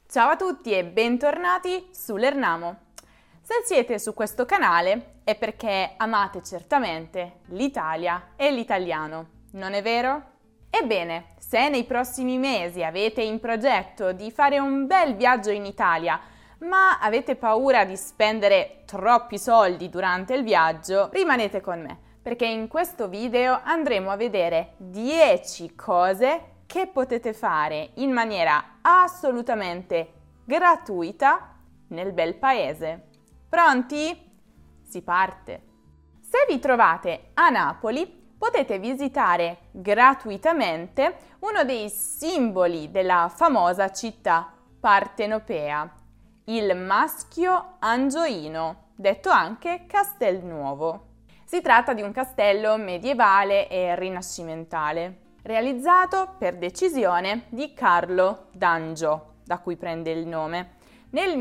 Ciao a tutti e bentornati su Lernamo. Se siete su questo canale è perché amate certamente l'Italia e l'italiano, non è vero? Ebbene, se nei prossimi mesi avete in progetto di fare un bel viaggio in Italia, ma avete paura di spendere troppi soldi durante il viaggio, rimanete con me, perché in questo video andremo a vedere 10 cose che potete fare in maniera assolutamente gratuita nel bel paese. Pronti? Si parte! Se vi trovate a Napoli, potete visitare gratuitamente uno dei simboli della famosa città partenopea, il Maschio Angioino, detto anche Castelnuovo. Si tratta di un castello medievale e rinascimentale, realizzato per decisione di Carlo d'Angiò, da cui prende il nome, nel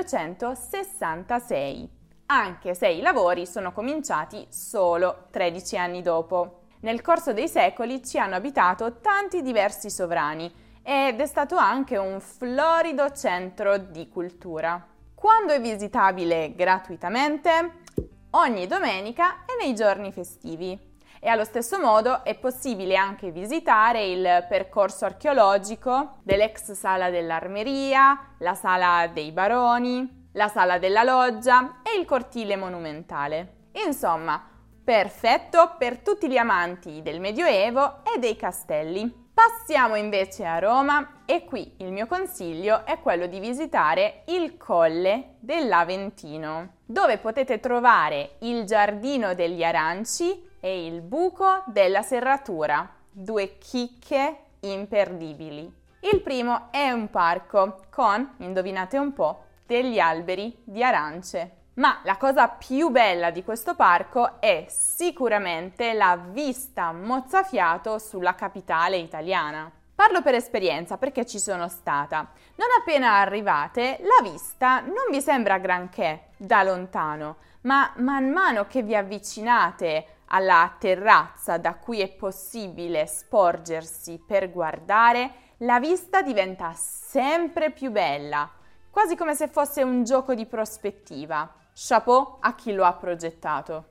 1266, anche se i lavori sono cominciati solo 13 anni dopo. Nel corso dei secoli ci hanno abitato tanti diversi sovrani ed è stato anche un florido centro di cultura. Quando è visitabile gratuitamente? Ogni domenica e nei giorni festivi. E allo stesso modo è possibile anche visitare il percorso archeologico dell'ex sala dell'armeria, la sala dei baroni, la sala della loggia e il cortile monumentale. Insomma, perfetto per tutti gli amanti del Medioevo e dei castelli. Passiamo invece a Roma e qui il mio consiglio è quello di visitare il Colle dell'Aventino, dove potete trovare il Giardino degli Aranci e il Buco della Serratura, due chicche imperdibili. Il primo è un parco con, indovinate un po', degli alberi di arance. Ma la cosa più bella di questo parco è sicuramente la vista mozzafiato sulla capitale italiana. Parlo per esperienza perché ci sono stata. Non appena arrivate, la vista non vi sembra granché da lontano, ma man mano che vi avvicinate alla terrazza da cui è possibile sporgersi per guardare, la vista diventa sempre più bella, quasi come se fosse un gioco di prospettiva. Chapeau a chi lo ha progettato.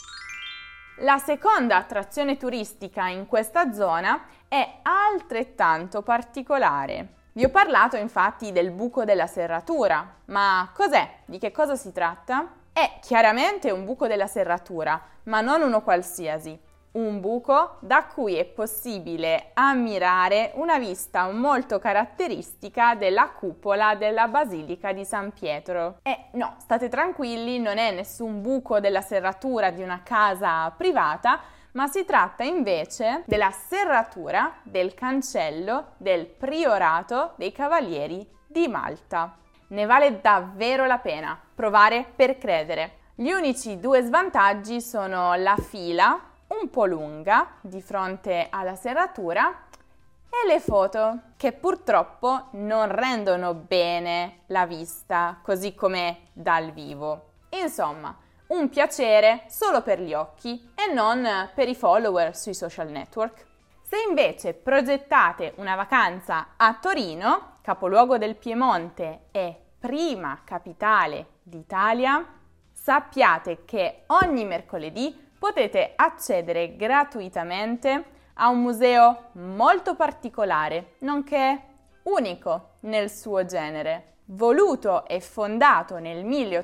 La seconda attrazione turistica in questa zona è altrettanto particolare. Vi ho parlato infatti del Buco della Serratura, ma cos'è? Di che cosa si tratta? È chiaramente un buco della serratura, ma non uno qualsiasi. Un buco da cui è possibile ammirare una vista molto caratteristica della cupola della Basilica di San Pietro. E no, state tranquilli, non è nessun buco della serratura di una casa privata, ma si tratta invece della serratura del cancello del Priorato dei Cavalieri di Malta. Ne vale davvero la pena provare per credere. Gli unici due svantaggi sono la fila, un po' lunga, di fronte alla serratura, e le foto, che purtroppo non rendono bene la vista, così come dal vivo. Insomma, un piacere solo per gli occhi e non per i follower sui social network. Se invece progettate una vacanza a Torino, capoluogo del Piemonte e prima capitale d'Italia, sappiate che ogni mercoledì potete accedere gratuitamente a un museo molto particolare, nonché unico nel suo genere, voluto e fondato nel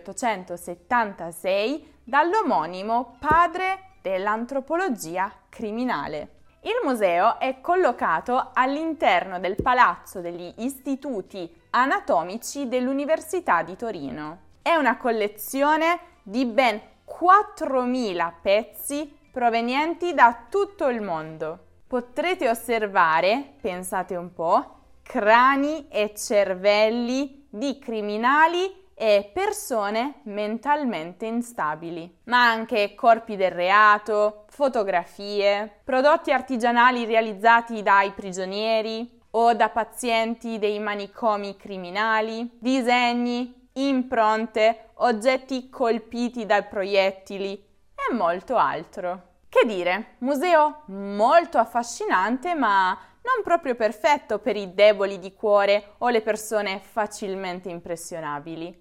1876 dall'omonimo padre dell'antropologia criminale. Il museo è collocato all'interno del Palazzo degli Istituti Anatomici dell'Università di Torino. È una collezione di ben 4.000 pezzi provenienti da tutto il mondo. Potrete osservare, pensate un po', crani e cervelli di criminali e persone mentalmente instabili, ma anche corpi del reato, fotografie, prodotti artigianali realizzati dai prigionieri o da pazienti dei manicomi criminali, disegni, impronte, oggetti colpiti da proiettili e molto altro. Che dire, museo molto affascinante ma non proprio perfetto per i deboli di cuore o le persone facilmente impressionabili.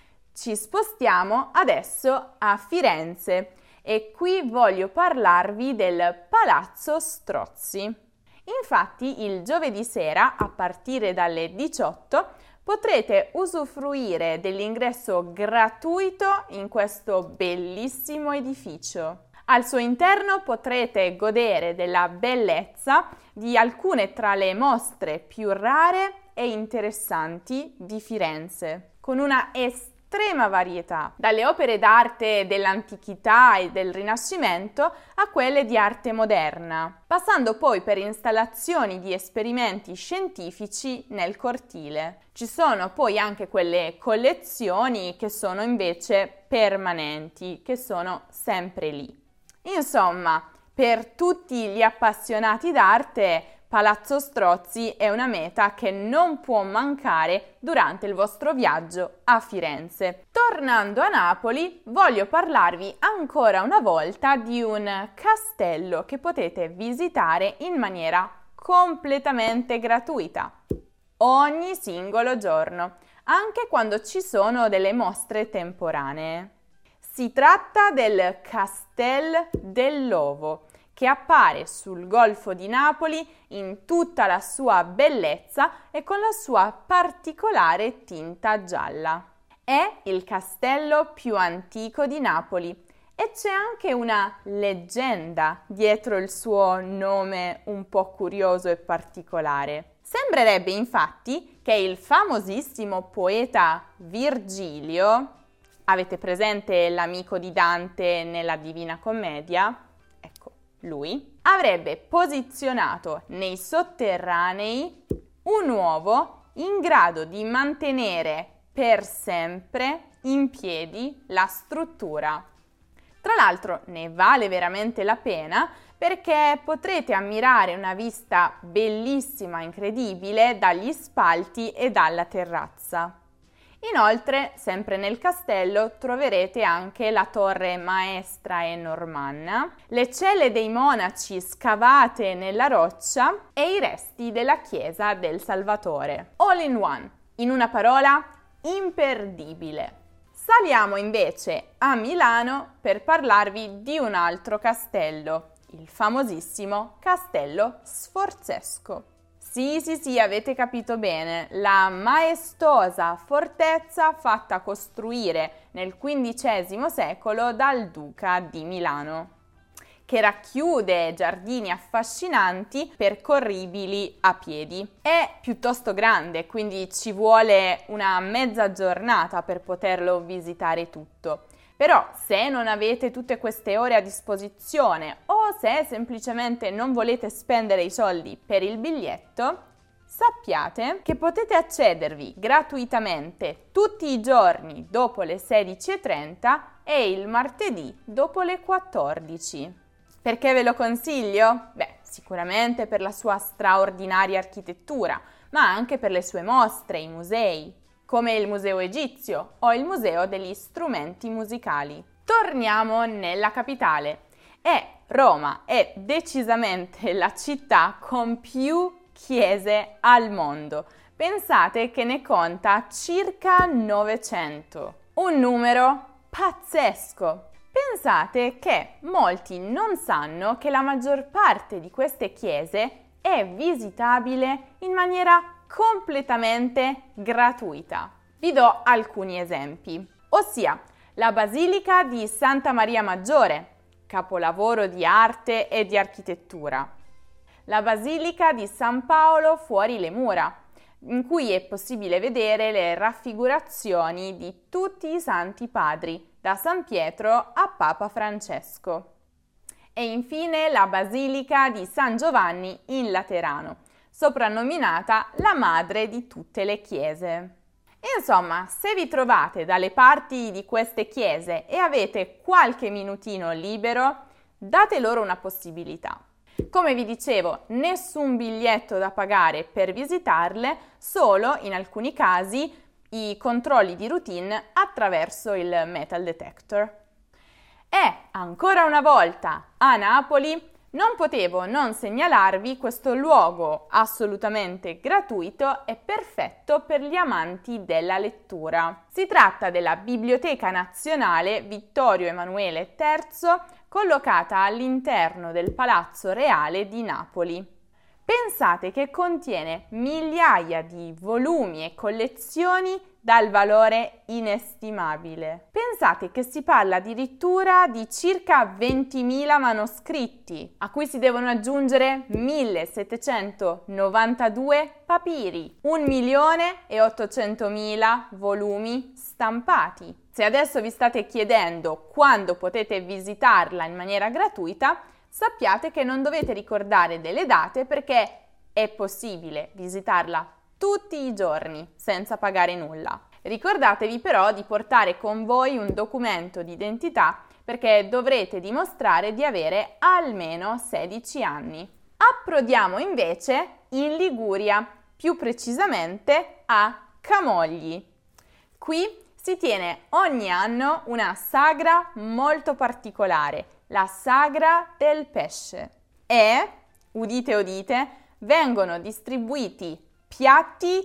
Ci spostiamo adesso a Firenze e qui voglio parlarvi del Palazzo Strozzi. Infatti il giovedì sera, a partire dalle 18, potrete usufruire dell'ingresso gratuito in questo bellissimo edificio. Al suo interno potrete godere della bellezza di alcune tra le mostre più rare e interessanti di Firenze, con una estrema varietà, dalle opere d'arte dell'antichità e del Rinascimento a quelle di arte moderna, passando poi per installazioni di esperimenti scientifici nel cortile. Ci sono poi anche quelle collezioni che sono invece permanenti, che sono sempre lì. Insomma, per tutti gli appassionati d'arte, Palazzo Strozzi è una meta che non può mancare durante il vostro viaggio a Firenze. Tornando a Napoli, voglio parlarvi ancora una volta di un castello che potete visitare in maniera completamente gratuita, ogni singolo giorno, anche quando ci sono delle mostre temporanee. Si tratta del Castel dell'Ovo, che appare sul Golfo di Napoli in tutta la sua bellezza e con la sua particolare tinta gialla. È il castello più antico di Napoli e c'è anche una leggenda dietro il suo nome un po' curioso e particolare. Sembrerebbe infatti che il famosissimo poeta Virgilio, avete presente l'amico di Dante nella Divina Commedia? Ecco, lui avrebbe posizionato nei sotterranei un uovo in grado di mantenere per sempre in piedi la struttura. Tra l'altro ne vale veramente la pena perché potrete ammirare una vista bellissima, incredibile, dagli spalti e dalla terrazza. Inoltre, sempre nel castello, troverete anche la torre maestra e normanna, le celle dei monaci scavate nella roccia e i resti della chiesa del Salvatore. All in one, in una parola, imperdibile. Saliamo invece a Milano per parlarvi di un altro castello, il famosissimo Castello Sforzesco. Sì, avete capito bene, la maestosa fortezza fatta costruire nel XV secolo dal duca di Milano, che racchiude giardini affascinanti percorribili a piedi. È piuttosto grande, quindi ci vuole una mezza giornata per poterlo visitare tutto. Però se non avete tutte queste ore a disposizione o se semplicemente non volete spendere i soldi per il biglietto, sappiate che potete accedervi gratuitamente tutti i giorni dopo le 16:30 e il martedì dopo le 14. Perché ve lo consiglio? Beh, sicuramente per la sua straordinaria architettura, ma anche per le sue mostre, i musei, come il Museo Egizio o il Museo degli Strumenti Musicali. Torniamo nella capitale. Roma è decisamente la città con più chiese al mondo. Pensate che ne conta circa 900. Un numero pazzesco. Pensate che molti non sanno che la maggior parte di queste chiese è visitabile in maniera completamente gratuita. Vi do alcuni esempi, ossia la Basilica di Santa Maria Maggiore, capolavoro di arte e di architettura, la Basilica di San Paolo fuori le mura, in cui è possibile vedere le raffigurazioni di tutti i santi padri, da San Pietro a Papa Francesco. E infine la Basilica di San Giovanni in Laterano, soprannominata la madre di tutte le chiese. Insomma, se vi trovate dalle parti di queste chiese e avete qualche minutino libero, date loro una possibilità. Come vi dicevo, nessun biglietto da pagare per visitarle, solo in alcuni casi i controlli di routine attraverso il metal detector. E ancora una volta a Napoli Non potevo non segnalarvi questo luogo assolutamente gratuito e perfetto per gli amanti della lettura. Si tratta della Biblioteca Nazionale Vittorio Emanuele III, collocata all'interno del Palazzo Reale di Napoli. Pensate che contiene migliaia di volumi e collezioni dal valore inestimabile. Pensate che si parla addirittura di circa 20.000 manoscritti, a cui si devono aggiungere 1.792 papiri, 1.800.000 volumi stampati. Se adesso vi state chiedendo quando potete visitarla in maniera gratuita, sappiate che non dovete ricordare delle date perché è possibile visitarla tutti i giorni senza pagare nulla. Ricordatevi però di portare con voi un documento di identità perché dovrete dimostrare di avere almeno 16 anni. Approdiamo invece in Liguria, più precisamente a Camogli. Qui si tiene ogni anno una sagra molto particolare, la Sagra del Pesce, e, udite udite, vengono distribuiti piatti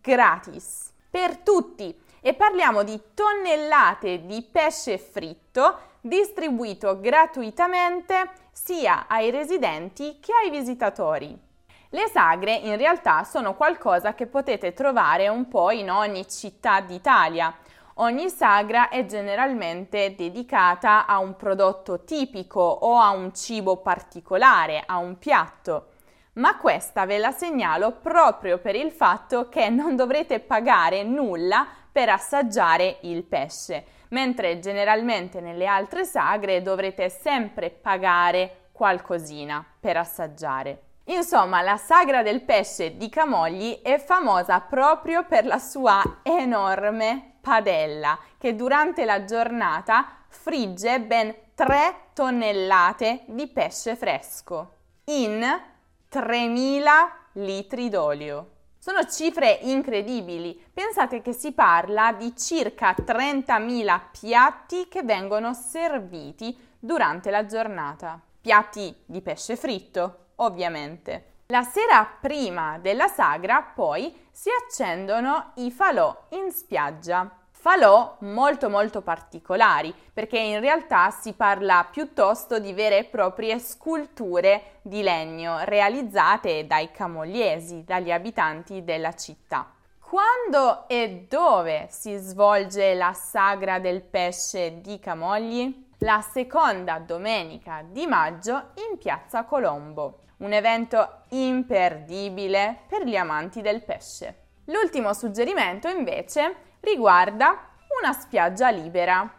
gratis per tutti e parliamo di tonnellate di pesce fritto distribuito gratuitamente sia ai residenti che ai visitatori. Le sagre in realtà sono qualcosa che potete trovare un po' in ogni città d'Italia. Ogni sagra è generalmente dedicata a un prodotto tipico o a un cibo particolare, a un piatto. Ma questa ve la segnalo proprio per il fatto che non dovrete pagare nulla per assaggiare il pesce, mentre generalmente nelle altre sagre dovrete sempre pagare qualcosina per assaggiare. Insomma, la Sagra del Pesce di Camogli è famosa proprio per la sua enorme padella che durante la giornata frigge ben 3 tonnellate di pesce fresco in 3.000 litri d'olio. Sono cifre incredibili. Pensate che si parla di circa 30.000 piatti che vengono serviti durante la giornata. Piatti di pesce fritto, ovviamente. La sera prima della sagra, poi, si accendono i falò in spiaggia. Falò molto particolari, perché in realtà si parla piuttosto di vere e proprie sculture di legno realizzate dai camogliesi, dagli abitanti della città. Quando e dove si svolge la Sagra del Pesce di Camogli? La seconda domenica di maggio in Piazza Colombo. Un evento imperdibile per gli amanti del pesce. L'ultimo suggerimento invece riguarda una spiaggia libera.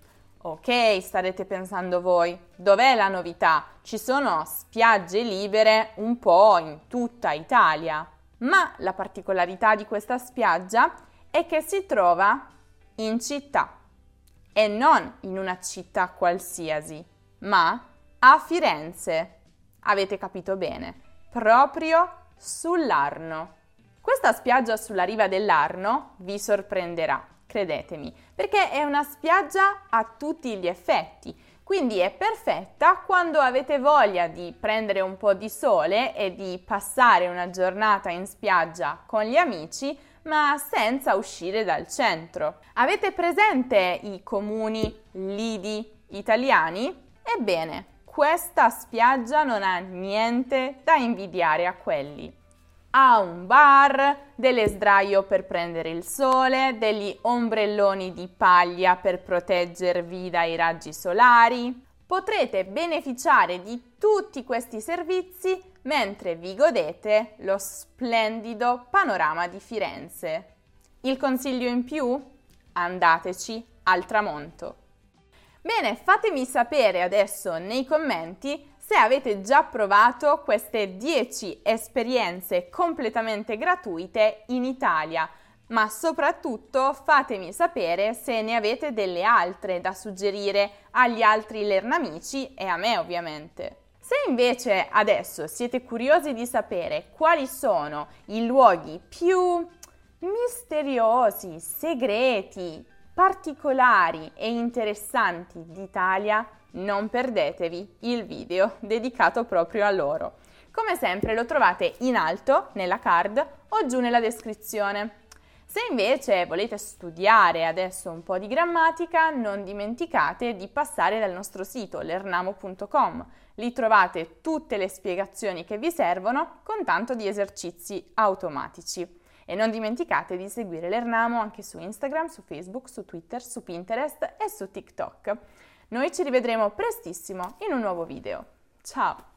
Ok, starete pensando voi, dov'è la novità? Ci sono spiagge libere un po' in tutta Italia, ma la particolarità di questa spiaggia è che si trova in città e non in una città qualsiasi, ma a Firenze. Avete capito bene, proprio sull'Arno. Questa spiaggia sulla riva dell'Arno vi sorprenderà, credetemi, perché è una spiaggia a tutti gli effetti, quindi è perfetta quando avete voglia di prendere un po' di sole e di passare una giornata in spiaggia con gli amici, ma senza uscire dal centro. Avete presente i comuni lidi italiani? Ebbene, questa spiaggia non ha niente da invidiare a quelli. Ha un bar, delle sdraio per prendere il sole, degli ombrelloni di paglia per proteggervi dai raggi solari. Potrete beneficiare di tutti questi servizi mentre vi godete lo splendido panorama di Firenze. Il consiglio in più? Andateci al tramonto. Bene, fatemi sapere adesso nei commenti se avete già provato queste 10 esperienze completamente gratuite in Italia, ma soprattutto fatemi sapere se ne avete delle altre da suggerire agli altri Lernamici e a me ovviamente. Se invece adesso siete curiosi di sapere quali sono i luoghi più misteriosi, segreti, particolari e interessanti d'Italia, non perdetevi il video dedicato proprio a loro. Come sempre lo trovate in alto nella card o giù nella descrizione. Se invece volete studiare adesso un po' di grammatica, non dimenticate di passare dal nostro sito lernamo.com. Lì trovate tutte le spiegazioni che vi servono con tanto di esercizi automatici. E non dimenticate di seguire Lernamo anche su Instagram, su Facebook, su Twitter, su Pinterest e su TikTok. Noi ci rivedremo prestissimo in un nuovo video. Ciao!